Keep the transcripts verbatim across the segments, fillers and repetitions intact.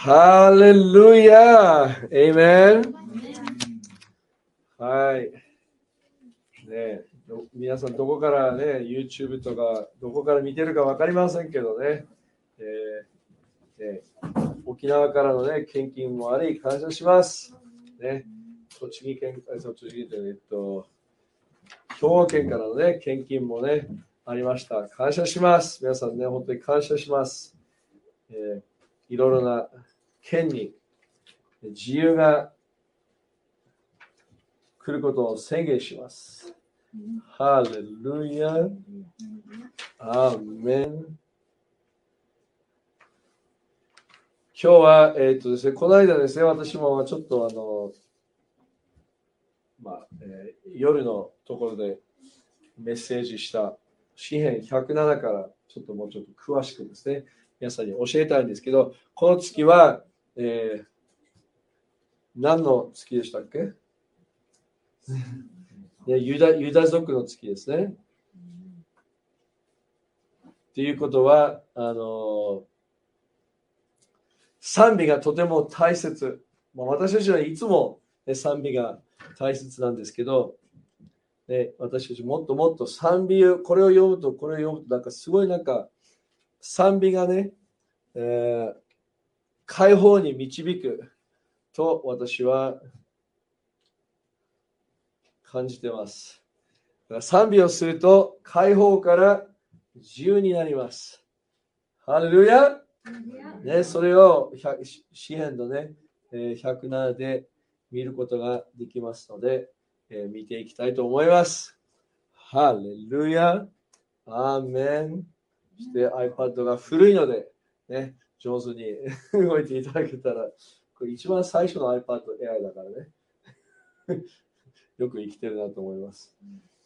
ハレルヤーエイメン。はい。ね、皆さんどこからね、YouTube とかどこから見てるか分かりませんけどね、えーね沖縄からのね、献金もあり、感謝します。ね、栃木県、栃木県、えっと、兵庫県からのね、献金もね、ありました。感謝します。皆さんね、本当に感謝します。えー、いろいろな県に自由が来ることを宣言します。ハレルヤ。アーメン。今日は、えっとですね、この間ですね、私もちょっとあの、まあ、えー、夜のところでメッセージした詩編ひゃくななからちょっともうちょっと詳しくですね、皆さんに教えたいんですけど、この月は、えー、何の月でしたっけ？ね、ユダ、ユダ族の月ですね。ということは、あの、賛美がとても大切。まあ、私たちはいつも、ね、賛美が大切なんですけど、ね、私たちもっともっと賛美を、これを読むと、これを読むと、なんかすごいなんか、賛美がね、えー、解放に導くと私は感じています。だから賛美をすると、解放から自由になります。ハレルヤ、ね、それを詩編のね、ひゃくななで見ることができますので、えー、見ていきたいと思います。ハレルヤ、アーメン。そして iPad が古いので、ね、上手に動いていただけたら、これ一番最初の iPad Air だからね、よく生きてるなと思います。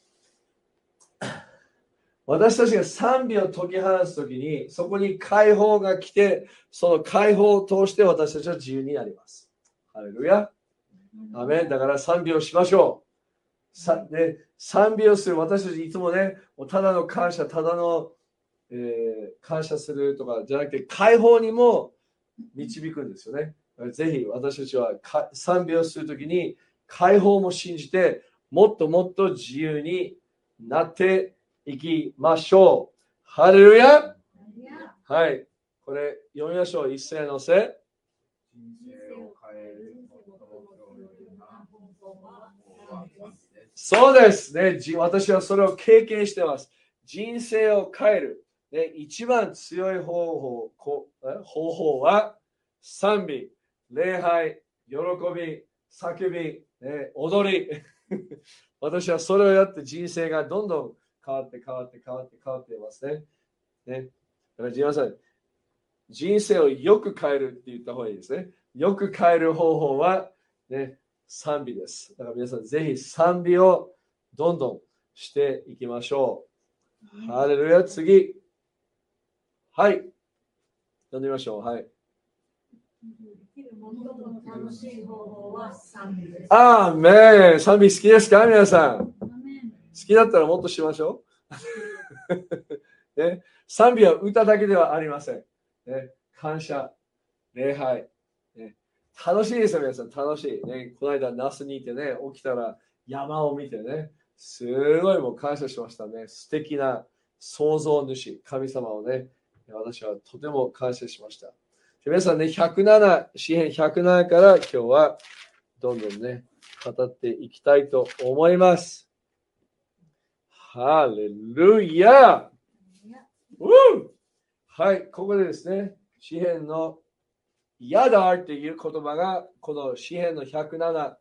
私たちが賛美を解き放つときに、そこに解放が来て、その解放を通して私たちは自由になります。ハレルヤ。アメン。だから賛美をしましょう。さで賛美をする。私たちいつもね、ただの感謝、ただの、えー、感謝するとかじゃなくて、解放にも導くんですよね。ぜひ私たちは賛美をするときに、解放も信じて、もっともっと自由になっていきましょう。ハレルヤ。はい。これ読みましょう。一斉のせ。そうですね。私はそれを経験しています。人生を変える、ね、一番強い方法、方法は賛美、礼拝、喜び、叫び、ね、踊り。私はそれをやって人生がどんどん変わって変わって変わって変わっていますね。ね、だから皆さん、人生をよく変えるって言った方がいいですね。よく変える方法は、ね、賛美です。だから皆さん、ぜひ賛美をどんどんしていきましょう。ハレルヤ、次。はい。読んでみましょう。はい。あーめん。賛美好きですか皆さん。好きだったらもっとしましょう。ね、賛美は歌だけではありません。ね、感謝、礼拝、ね。楽しいですよ、皆さん。楽しい。ね、この間、那須にいてね、起きたら山を見てね、すごいもう感謝しましたね。素敵な創造主、神様をね、私はとても感謝しました。皆さんね、ひゃくなな、詩編ひゃくななから今日はどんどんね、語っていきたいと思います。ハレルヤ。はい、ここでですね、詩編のヤダーっていう言葉が、この詩編のひゃくなな、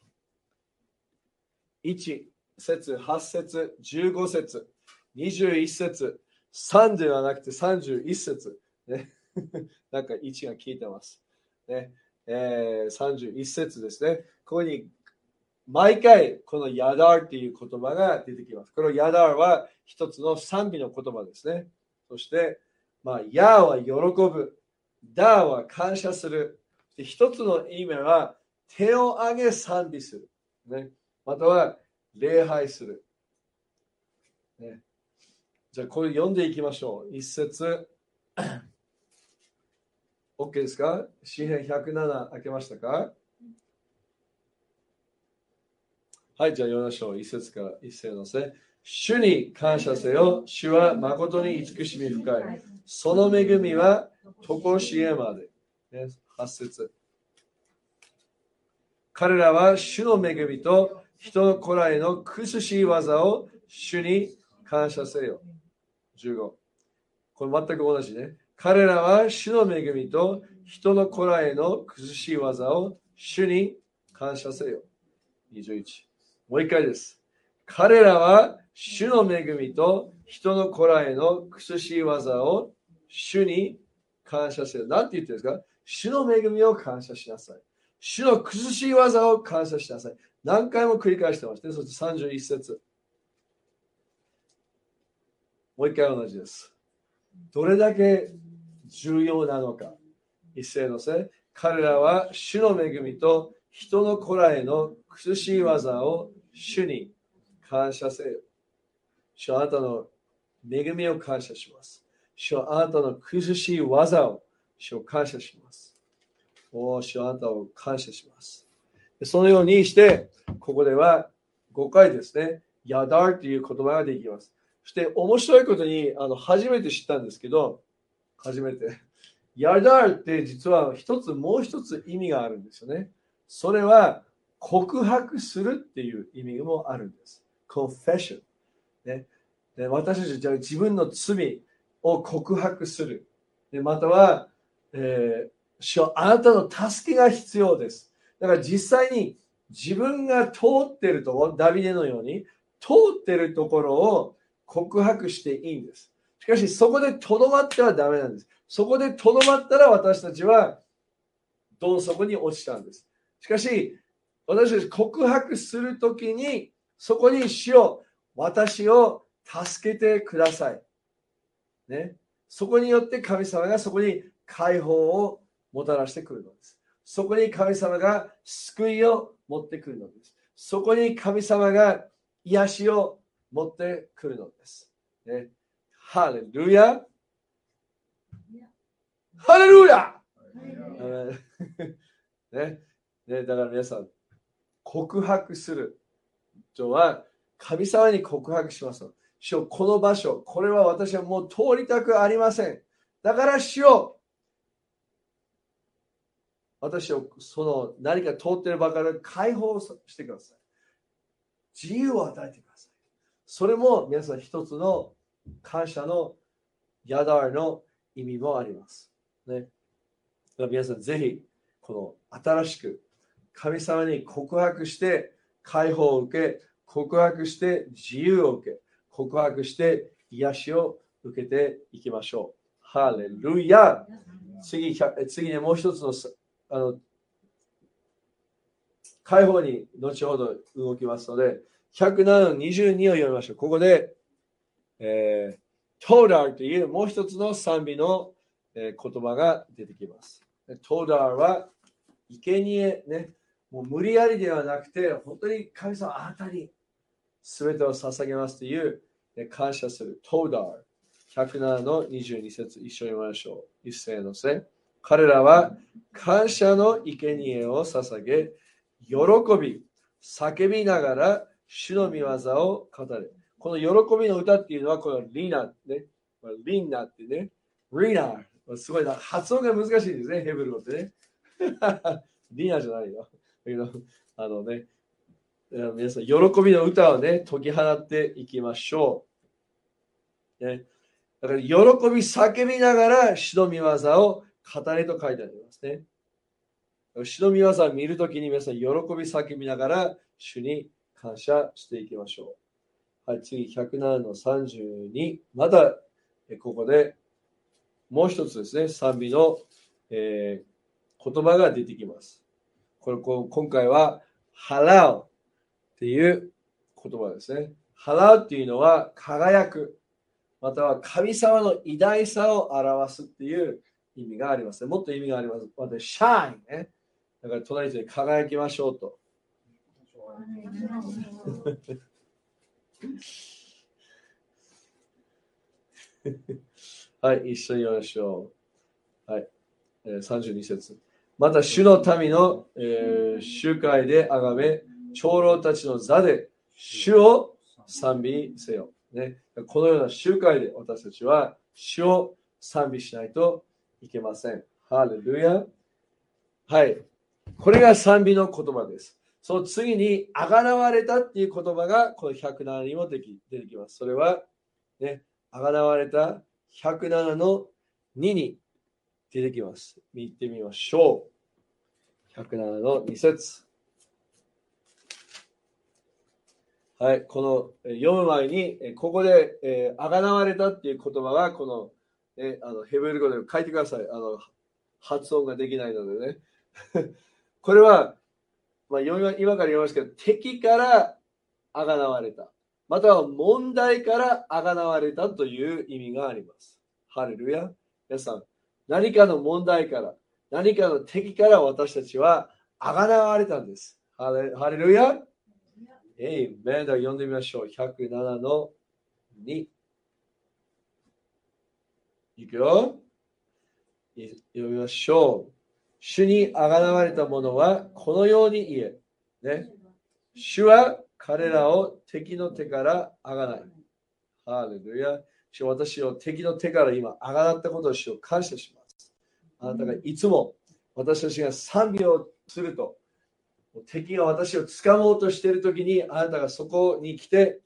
いち節、はち節、じゅうご節、にじゅういち節、さんではなくてさんじゅういち節。ね、なんかいちが効いてます。ねえー、さんじゅういち節ですね。ここに毎回このヤダーっていう言葉が出てきます。このヤダーは一つの賛美の言葉ですね。そして、まあ、ヤーは喜ぶ。ダーは感謝する。一つの意味は手を挙げ賛美する。ね、または礼拝する。ね、じゃあこれ読んでいきましょう。一節。 OK ですか？詩編ひゃくなな開けましたか？はい、じゃあ読みましょう。一節から一節のせ。主に感謝せよ。主は誠に慈しみ深い。その恵みはとこしえまで。ね、はち節。彼らは主の恵みと人の子らへの苦しい技を主に感謝せよ。じゅうご。これ全く同じね。彼らは主の恵みと人の子らへの苦しい技を主に感謝せよ。にじゅういち。もう一回です。彼らは主の恵みと人の子らへの苦しい技を主に感謝せよ。なんて言ってるんですか？主の恵みを感謝しなさい。主の苦しい技を感謝しなさい。何回も繰り返してますね。そしてさんじゅういっ節。もう一回同じです。どれだけ重要なのか。一斉のせ。彼らは主の恵みと人の子らへの苦しい技を主に感謝せよ。主はあなたの恵みを感謝します。主はあなたの苦しい技を主を感謝します。お主はあなたを感謝します。そのようにして、ここではごかいですね、ヤダーという言葉ができます。そして面白いことに、あの初めて知ったんですけど、初めて。ヤダーって実は一つ、もう一つ意味があるんですよね。それは告白するっていう意味もあるんです。confession。ね、で私たちは自分の罪を告白する。でまたは、えー、あなたの助けが必要です。だから実際に自分が通っているところ、ダビデのように通っているところを告白していいんです。しかしそこでとどまってはダメなんです。そこでとどまったら私たちはどん底に落ちたんです。しかし私たち告白するときにそこに主よ、私を助けてください。ね。そこによって神様がそこに解放をもたらしてくるのです。そこに神様が救いを持ってくるのです。そこに神様が癒しを持ってくるのです。ね。ハレルヤ。ハレルヤね。ね。だから皆さん、告白するとは神様に告白します。主よ、この場所、これは私はもう通りたくありません。だから主よ、私をその何か通っている場から解放してください。自由を与えてください。それも皆さん一つの感謝のヤダーの意味もあります。ね、だから皆さんぜひこの新しく神様に告白して解放を受け、告白して自由を受け、告白して癒しを受けていきましょう。ハレルヤ。次、次にもう一つの、あの解放に後ほど動きますので、ひゃくななのにじゅうにを読みましょう。ここで、えー、トーダーというもう一つの賛美の、えー、言葉が出てきます。トーダーは、生贄ね、もう無理やりではなくて、本当に神様あなたに全てを捧げますという、ね、感謝するトーダー。ひゃくななのにじゅうに節一緒に読みましょう。一斉のせ。彼らは感謝の生贄を捧げ、喜び、叫びながら主の御業を語る。この喜びの歌っていうのは、このリナ、ね、リンナってね、リナ、すごいな、発音が難しいですね、ヘブル語ってね。リナじゃないよ。あのね、皆さん、喜びの歌をね、解き放っていきましょう。ね、だから、喜び、叫びながら主の御業を語れと書いてありますね。主の御業を見るときに皆さん、喜び叫びながら主に感謝していきましょう。はい、次、ひゃくななのさんじゅうに。また、ここでもう一つですね、賛美の、えー、言葉が出てきます。これ、こ今回は、払うっていう言葉ですね。払うっていうのは、輝く。または神様の偉大さを表すっていう意味があります、ね。もっと意味があります。また、シャインね。だから隣で輝きましょうと。はい、一緒に読みましょう。はい。 さんじゅうに節。また主の民の、えー、集会であがめ、長老たちの座で主を賛美せよ、ね。このような集会で私たちは主を賛美しないといけません。ハレルヤ。はい。これが賛美の言葉です。その次に、あがなわれたっていう言葉がこのひゃくななにも出てきます。それは、ね、あがなわれたひゃくななのにに出てきます。見てみましょう。ひゃくななのに節。はい、この読む前に、ここで、えー、あがなわれたっていう言葉は、この、えあのヘブル語で書いてください。あの発音ができないのでね。これは、まあ、今から読みますけど、敵からあがなわれた。または問題からあがなわれたという意味があります。ハレルヤ。皆さん、何かの問題から、何かの敵から私たちはあがなわれたんです。ハレ、ハレルヤ。えい、メンダー読んでみましょう。ひゃくななのに。いくよ。読みましょう。主にあがなわれた者はこのように言え。ね。主は彼らを敵の手からあがない。ハレルヤ。主は私を敵の手から今あがなったことを主を感謝します。あなたがいつも私たちが賛美をすると、敵が私を掴もうとしているときに、あなたがそこに来て、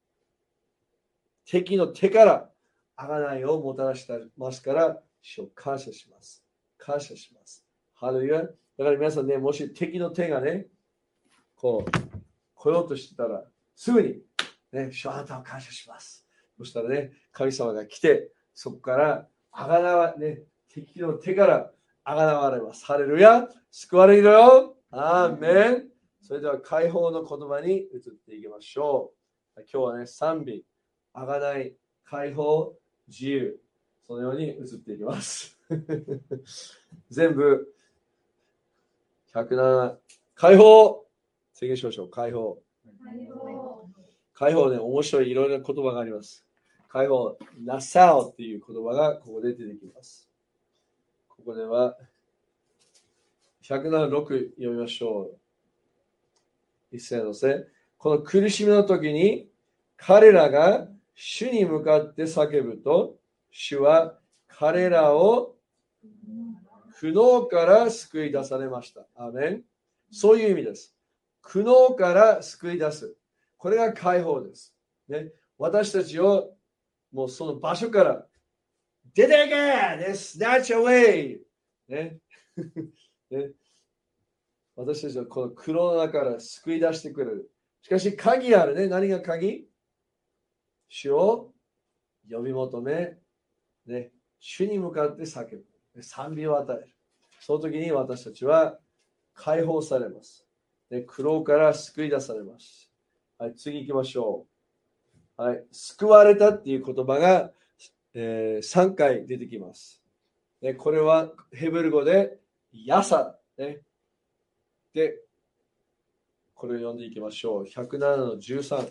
敵の手からあがないをもたらしてますから、主を感謝します。感謝します。ハレルヤ。だから皆さんね、もし敵の手がね、こう、来ようとしてたら、すぐに、ね、主あなたを感謝します。そしたらね、神様が来て、そこからあがなわ、ね、敵の手からあがなわれます。ハレルヤ。救われるよ。アーメン。それでは解放の言葉に移っていきましょう。今日はね、賛美、あがない、解放、自由、そのように移っていきます。全部、ひゃくなな、解放、宣言しましょう。解放。解放ね、面白いいろいろな言葉があります。解放、ナサオっていう言葉がここで出てきます。ここでは、ひゃくななじゅうろく読みましょう。一斉のせ。この苦しみの時に、彼らが主に向かって叫ぶと、主は彼らを苦悩から救い出されました。アメン。そういう意味です。苦悩から救い出す。これが解放です。ね、私たちをもうその場所から出ていけ、ね、snatch away、ねね、私たちはこの苦悩の中から救い出してくれる。しかし鍵あるね。何が鍵？主を呼び求め、ね、主に向かって叫ぶ。賛美を与える。その時に私たちは解放されます。ね、苦労から救い出されます。はい、次行きましょう。はい、救われたっていう言葉が、えー、さんかい出てきます。ね、これはヘブル語でヤサ、ね。で、これを読んでいきましょう。ひゃくななのじゅうさん。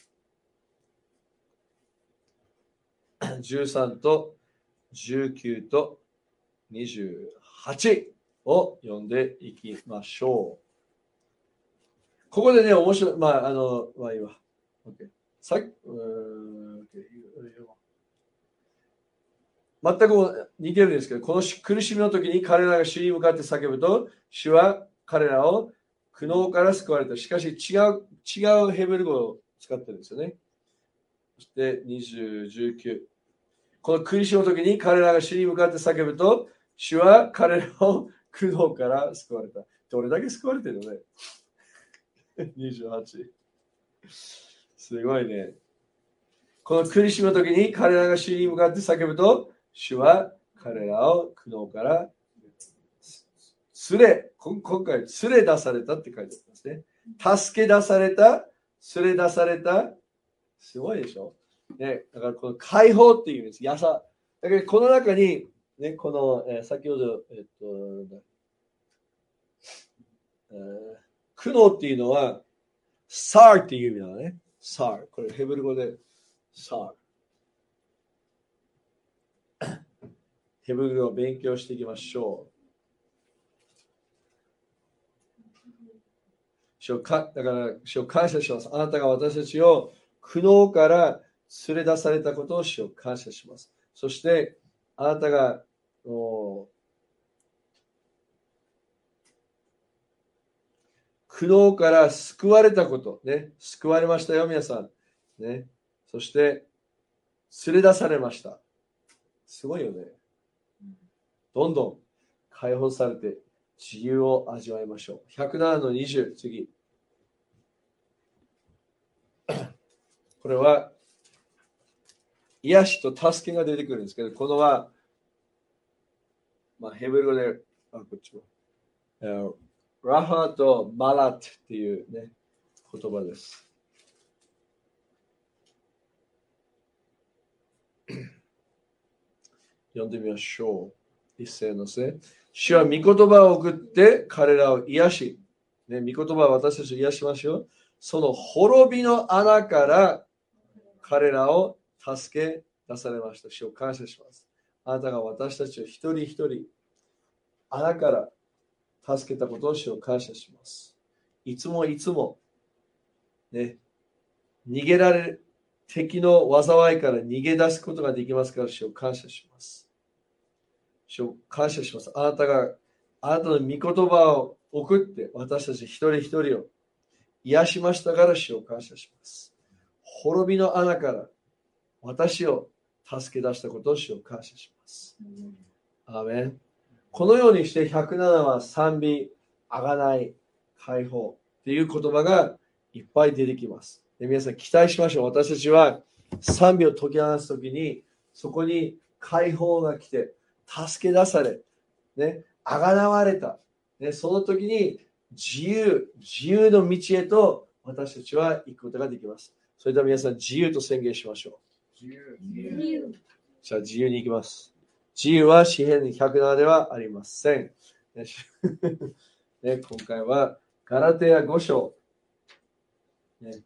じゅうさんとじゅうきゅうとにじゅうはちを読んでいきましょう。ここでね、面白い、まあ、あの、まあいいわ。OK。さっき、うーん、全く似てるんですけど、この苦しみの時に彼らが主に向かって叫ぶと、主は彼らを苦悩から救われた。しかし違う、違うヘブル語を使ってるんですよね。そしてにじゅう、じゅうきゅう。この苦しみの時に彼らが主に向かって叫ぶと、主は彼らを苦悩から救われた。どれだけ救われてるのね。にじゅうはち。すごいね。この苦しみの時に彼らが主に向かって叫ぶと、主は彼らを苦悩から連れ、今回連れ出されたって書いてありますね。助け出された、連れ出された。すごいでしょ。ね、だからこの解放っていう意味です。やさ。だからこの中に、ね、この、えー、先ほど、えっと、えー、苦悩っていうのは、サーっていう意味なのね。サー。これヘブル語で、サー。ヘブル語を勉強していきましょう。 主をかだから主を感謝します。あなたが私たちを苦悩から連れ出されたことを主を感謝します。そしてあなたが苦悩から救われたこと、ね、救われましたよ、皆さん。ね、そして、連れ出されました。すごいよね。どんどん解放されて自由を味わいましょう。ひゃくななのにじゅう、次。これは、癒しと助けが出てくるんですけど、このは、まあ、ヘブル語で、あ、こっちも。ラハとマラットっていうね、言葉です。読んでみましょう。一斉のせ。主は御言葉を送って彼らを癒し、ね、御言葉は私たちを癒しましょう。その滅びの穴から彼らを助け出されました。主を感謝します。あなたが私たちを一人一人穴から助けたことを主を感謝します。いつもいつも、ね、逃げられる敵の災いから逃げ出すことができますから主を感謝します。主を感謝します。あなたがあなたの御言葉を送って私たち一人一人を癒しましたから主を感謝します。滅びの穴から私を助け出したことを主を感謝します。アーメン。このようにしてひゃくななは賛美、あがない、解放っていう言葉がいっぱい出てきます。で皆さん期待しましょう。私たちは賛美を解き放つときにそこに解放が来て助け出され、ね、あがなわれた、ね、その時に自由、自由の道へと私たちは行くことができます。それでは皆さん自由と宣言しましょう。自由。自由。じゃあ自由に行きます。自由は詩編ひゃくななではありません。ね、今回はガラテヤご章、ね、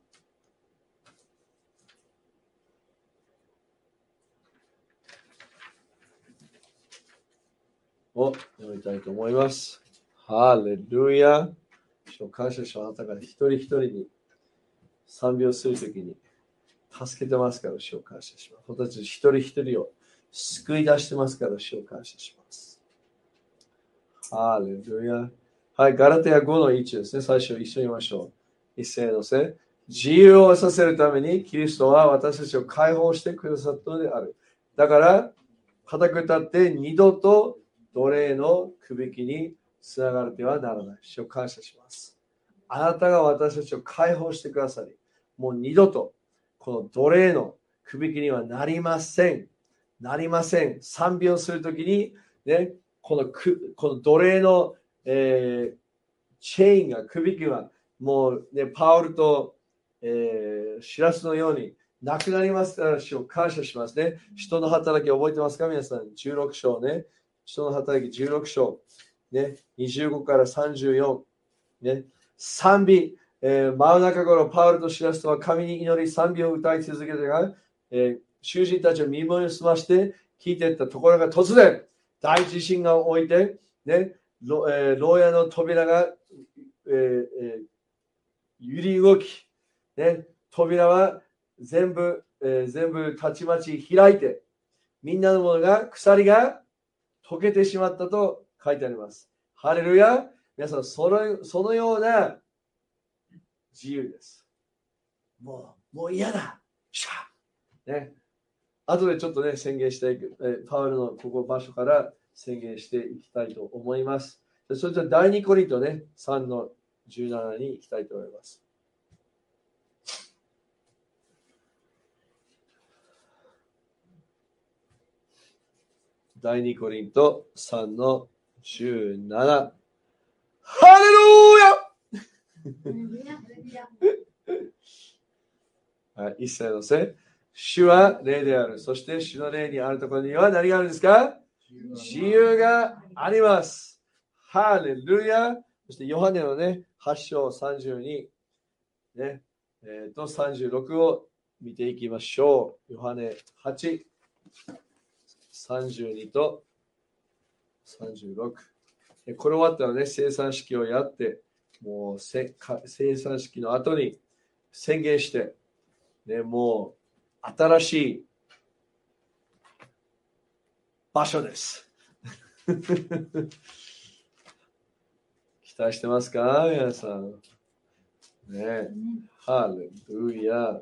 を読みたいと思います。ハレルヤ。感謝します。あなたが一人一人に賛美をするときに助けてますから主を感謝します。私たち一人一人を救い出してますから主を感謝します。ハレルヤ。はい、ガラテヤごのいちですね。最初一緒に読みましょう。一斉のせ。自由をさせるためにキリストは私たちを解放してくださったのである。だから、固く立って二度と奴隷のくびきにつながれてはならない。主を感謝します。あなたが私たちを解放してくださり、もう二度とこの奴隷のくびきにはなりません。なりません。賛美をするときに、ね、このくこの奴隷の、えー、チェーンが、くびきはもう、ね、パウルと、えー、シラスのようになくなりますから、主を感謝しますね。人の働き覚えてますか皆さん。じゅうろく章ね。人の働きじゅうろく章。ね、にじゅうごからさんじゅうよん。ね、賛美、えー、真夜中頃パウルとシラスとは神に祈り賛美を歌い続けたが、えー、囚人たちを身分を済まして聞いていったところが突然大地震が起きて、ね、ろえー、牢屋の扉が、えーえー、揺り動き、ね、扉は全部、えー、全部たちまち開いて、みんなのものが鎖が溶けてしまったと書いてあります。ハレルヤ。皆さんその、そのような自由です。もう、もう嫌だ。シャー。ね。後でちょっとね、宣言していく。えパウルのここ場所から宣言していきたいと思います。それと第二コリントね、さんのじゅうななに行きたいと思います。第二コリントさんのじゅうなな。ハレルヤはい、一切のせ。主は霊である。そして主の霊にあるところには何があるんですか？自由があります。ハレルヤ。そしてヨハネのね、はち章さんじゅうに、ね、えー、とさんじゅうろくを見ていきましょう。ヨハネはち、さんじゅうにとさんじゅうろく。これ終わったらね、生産式をやって、 もうせか生産式の後に宣言して、ね、もう新しい場所です。期待してますか皆さん。ね、ハレルヤ。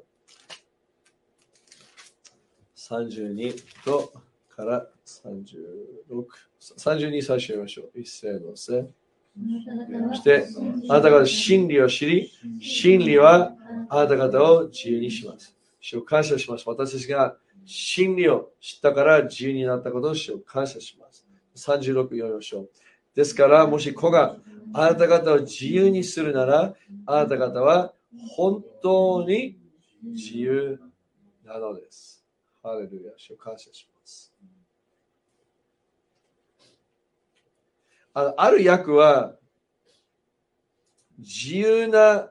さんじゅうにとからさんじゅうろく。さんじゅうに最初読みましょう。一斉のせ。そして、あなたが真理を知り、真理はあなた方を自由にします。主を感謝します。私たちが真理を知ったから自由になったことを主を感謝します。さんじゅうろく読みましょう。ですから、もし子があなた方を自由にするなら、あなた方は本当に自由なのです。ハレルヤ、主を感謝します。あの、ある訳は、自由な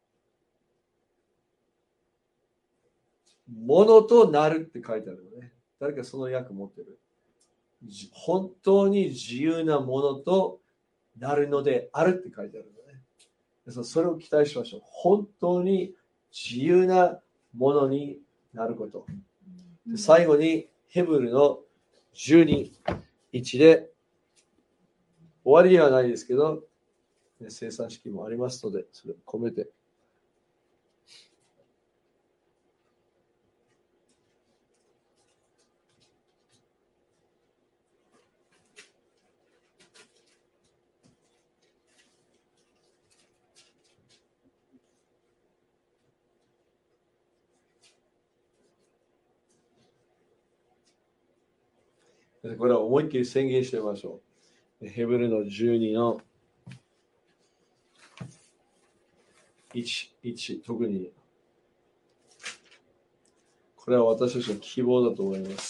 ものとなるって書いてあるのね。誰かその訳持ってる？本当に自由なものとなるのであるって書いてあるのね。ですからそれを期待しましょう。本当に自由なものになること。で最後にヘブルのじゅうに、いちで終わりではないですけど、生産式もありますので、それを込めて。これは思いっきり宣言してみましょう。ヘブルのじゅうにのいち、いち、特にこれは私たちの希望だと思います。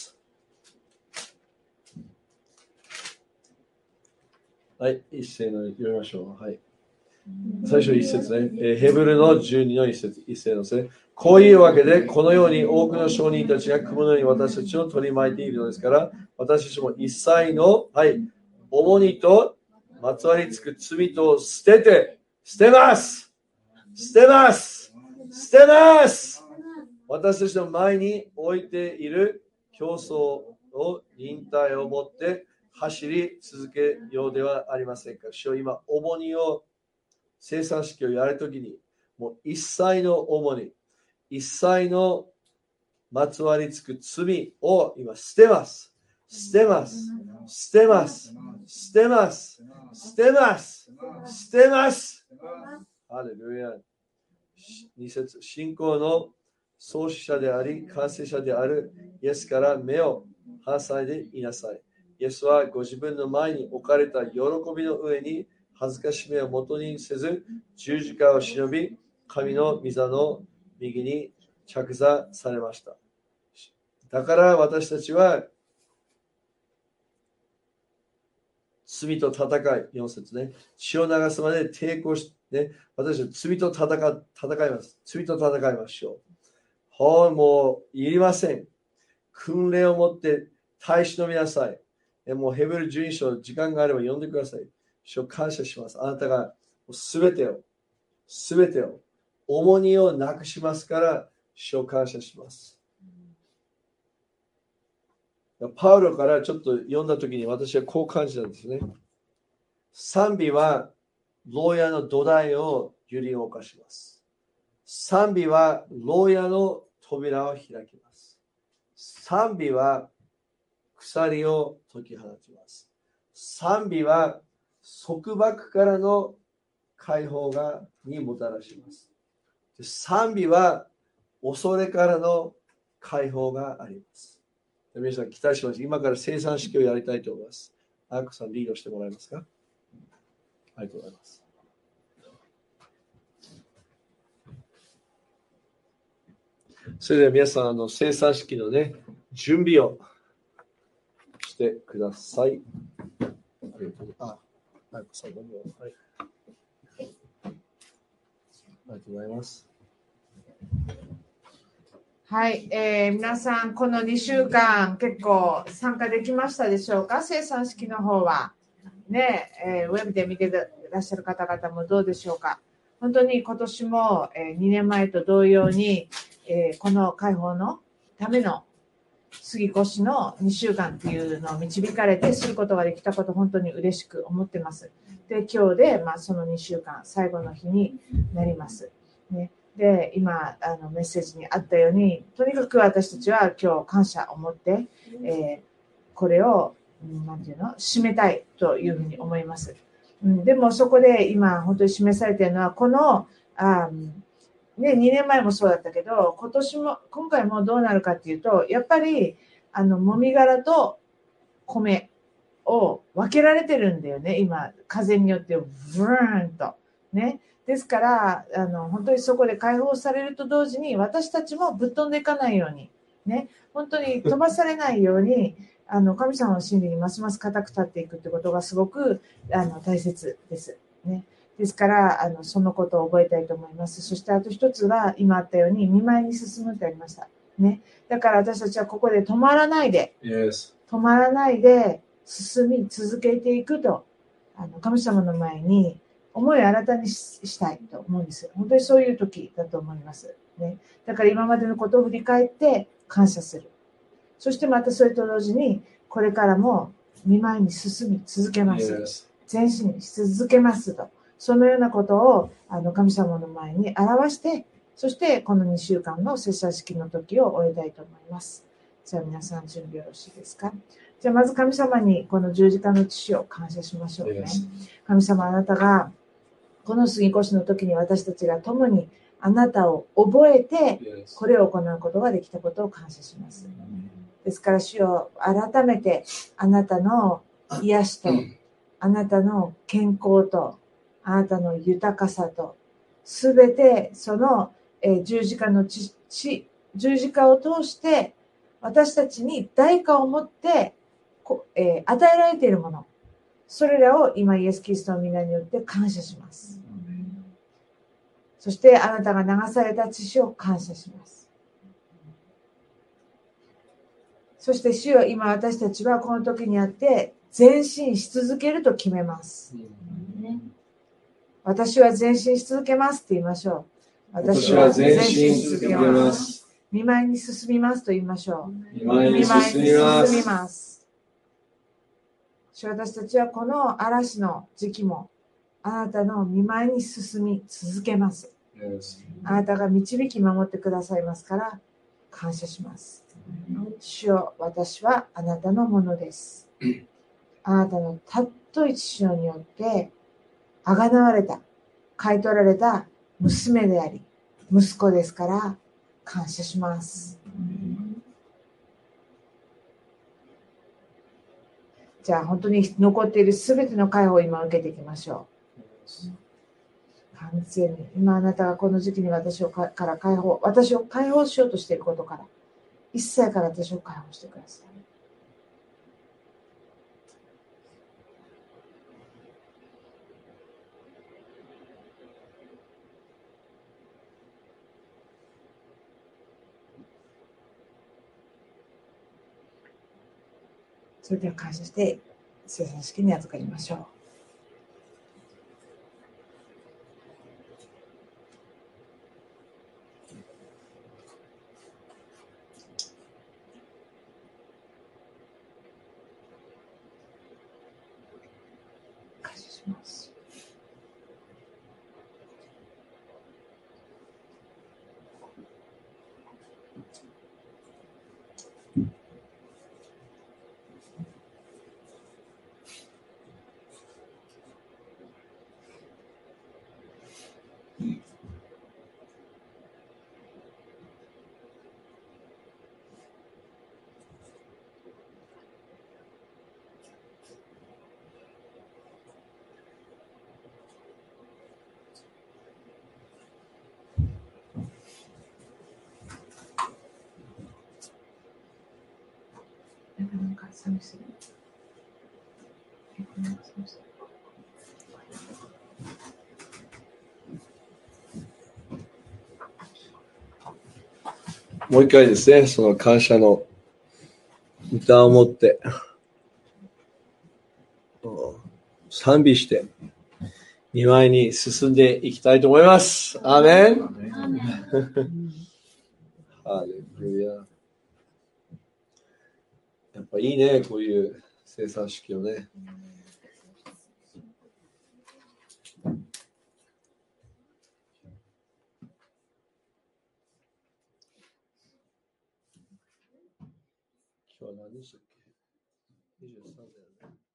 はい、一斉の読みましょう。はい。最初一節ね。えー、ヘブルのじゅうにの一節、一斉のせ。こういうわけで、このように多くの証人たちが雲のように私たちを取り巻いているのですから、私たちも一切の、はい、重荷とまつわりつく罪と捨てて、捨てます捨てます捨てます私たちの前に置いている競争を忍耐を持って走り続けようではありませんか。主よ、今、重荷を生産式をやるときに、もう一切の重荷、一切のまつわりつく罪を今捨てます。捨てます。捨てます。捨てます。捨てます。捨てます。ハレルヤ。二節、信仰の創始者であり、完成者であるイエスから目を離さないでいなさい。イエスはご自分の前に置かれた喜びの上に恥ずかしめをもとにせず、十字架を忍び、神の御座の右に着座されました。だから私たちは罪と戦い、よん節ね、血を流すまで抵抗して、ね、私たちは罪と戦戦います。罪と戦いましょう。ほう、もういりません。訓練を持って耐え忍びなさい。もうヘブルじゅうに章、時間があれば読んでください。主を感謝します。あなたがすべてを、すべてを、重荷をなくしますから、主を感謝します。パウロからちょっと読んだときに私はこう感じたんですね。賛美は牢屋の土台を揺り動かします。賛美は牢屋の扉を開きます。賛美は鎖を解き放ちます。賛美は束縛からの解放がにもたらします。賛美は恐れからの解放があります。皆さん期待します。今から生産式をやりたいと思います。アークさんリードしてもらえますか？ありがとうございます。それでは皆さん、あの生産式のね、準備をしてください。ありがとう。あ、アークさんどうも。はい。ありがとうございます。 はい、えー、皆さんこのにしゅうかん結構参加できましたでしょうか？生産式の方はね、えー、ウェブで見てらっしゃる方々もどうでしょうか。本当に今年も、えー、にねんまえと同様に、えー、この解放のための杉越のにしゅうかんっていうのを導かれてすることができたこと、本当に嬉しく思ってます。で、今日で、まあ、そのにしゅうかん最後の日になります。ね、で、今あのメッセージにあったように、とにかく私たちは今日感謝を持って、えー、これをなんていうの締めたいというふうに思います。うん、でもそこで今本当に示されているのはこのあね、にねんまえもそうだったけど、今年も、今回もどうなるかっていうと、やっぱり、あの、もみ殻と米を分けられてるんだよね、今、風によって、ブーンと。ね。ですから、あの、本当にそこで解放されると同時に、私たちもぶっ飛んでいかないように、ね。本当に飛ばされないように、あの、神様の真理にますます固く立っていくってことがすごく、あの、大切です。ね。ですから、あの、そのことを覚えたいと思います。そしてあと一つは、今あったように、見舞いに進むってありました。ね。だから私たちはここで止まらないで、 Yes. 止まらないで進み続けていくと、あの、神様の前に思いを新たにしたいと思うんです。本当にそういう時だと思います。ね。だから今までのことを振り返って感謝する。そしてまたそれと同時に、これからも見舞いに進み続けます。 Yes. 前進し続けますと。そのようなことをあの神様の前に表して、そしてこのにしゅうかんの聖餐式の時を終えたいと思います。じゃあ皆さん準備よろしいですか。じゃあまず神様にこの十字架の父を感謝しましょうね。 Yes. 神様、あなたがこの杉越の時に私たちが共にあなたを覚えてこれを行うことができたことを感謝します。ですから主よ、改めてあなたの癒しとあなたの健康とあなたの豊かさとすべてその、えー、十字架の血、十字架を通して私たちに代価を持って、えー、与えられているもの、それらを今イエス・キリストの皆によって感謝します。そしてあなたが流された血を感謝します。そして主よ、今私たちはこの時にあって前進し続けると決めます。私は前進し続けますって言いましょう。 私は前進し続けます。 見舞いに進みますと言いましょう。 見舞いに進みます。 ます。私たちはこの嵐の時期もあなたの見舞いに進み続けます。 Yes. あなたが導き守ってくださいますから感謝します。主よ、私はあなたのものです。あなたのたっとい血潮によってあがなわれた、買い取られた娘であり、息子ですから感謝します。じゃあ本当に残っているすべての解放を今受けていきましょう。完全に今あなたがこの時期に私をかから解放、私を解放しようとしていることから、一切から私を解放してください。それでは感謝して聖餐式に預かりましょう。感謝します。なんか寂しい。 もう一回ですね、その感謝の歌を持って。 賛美して、見舞いに進んでいきたいと思います。アーメン。ハレルヤ。やっぱいいね、こういう生産式をね。今日は何でしたっけ？にじゅうさんだよね。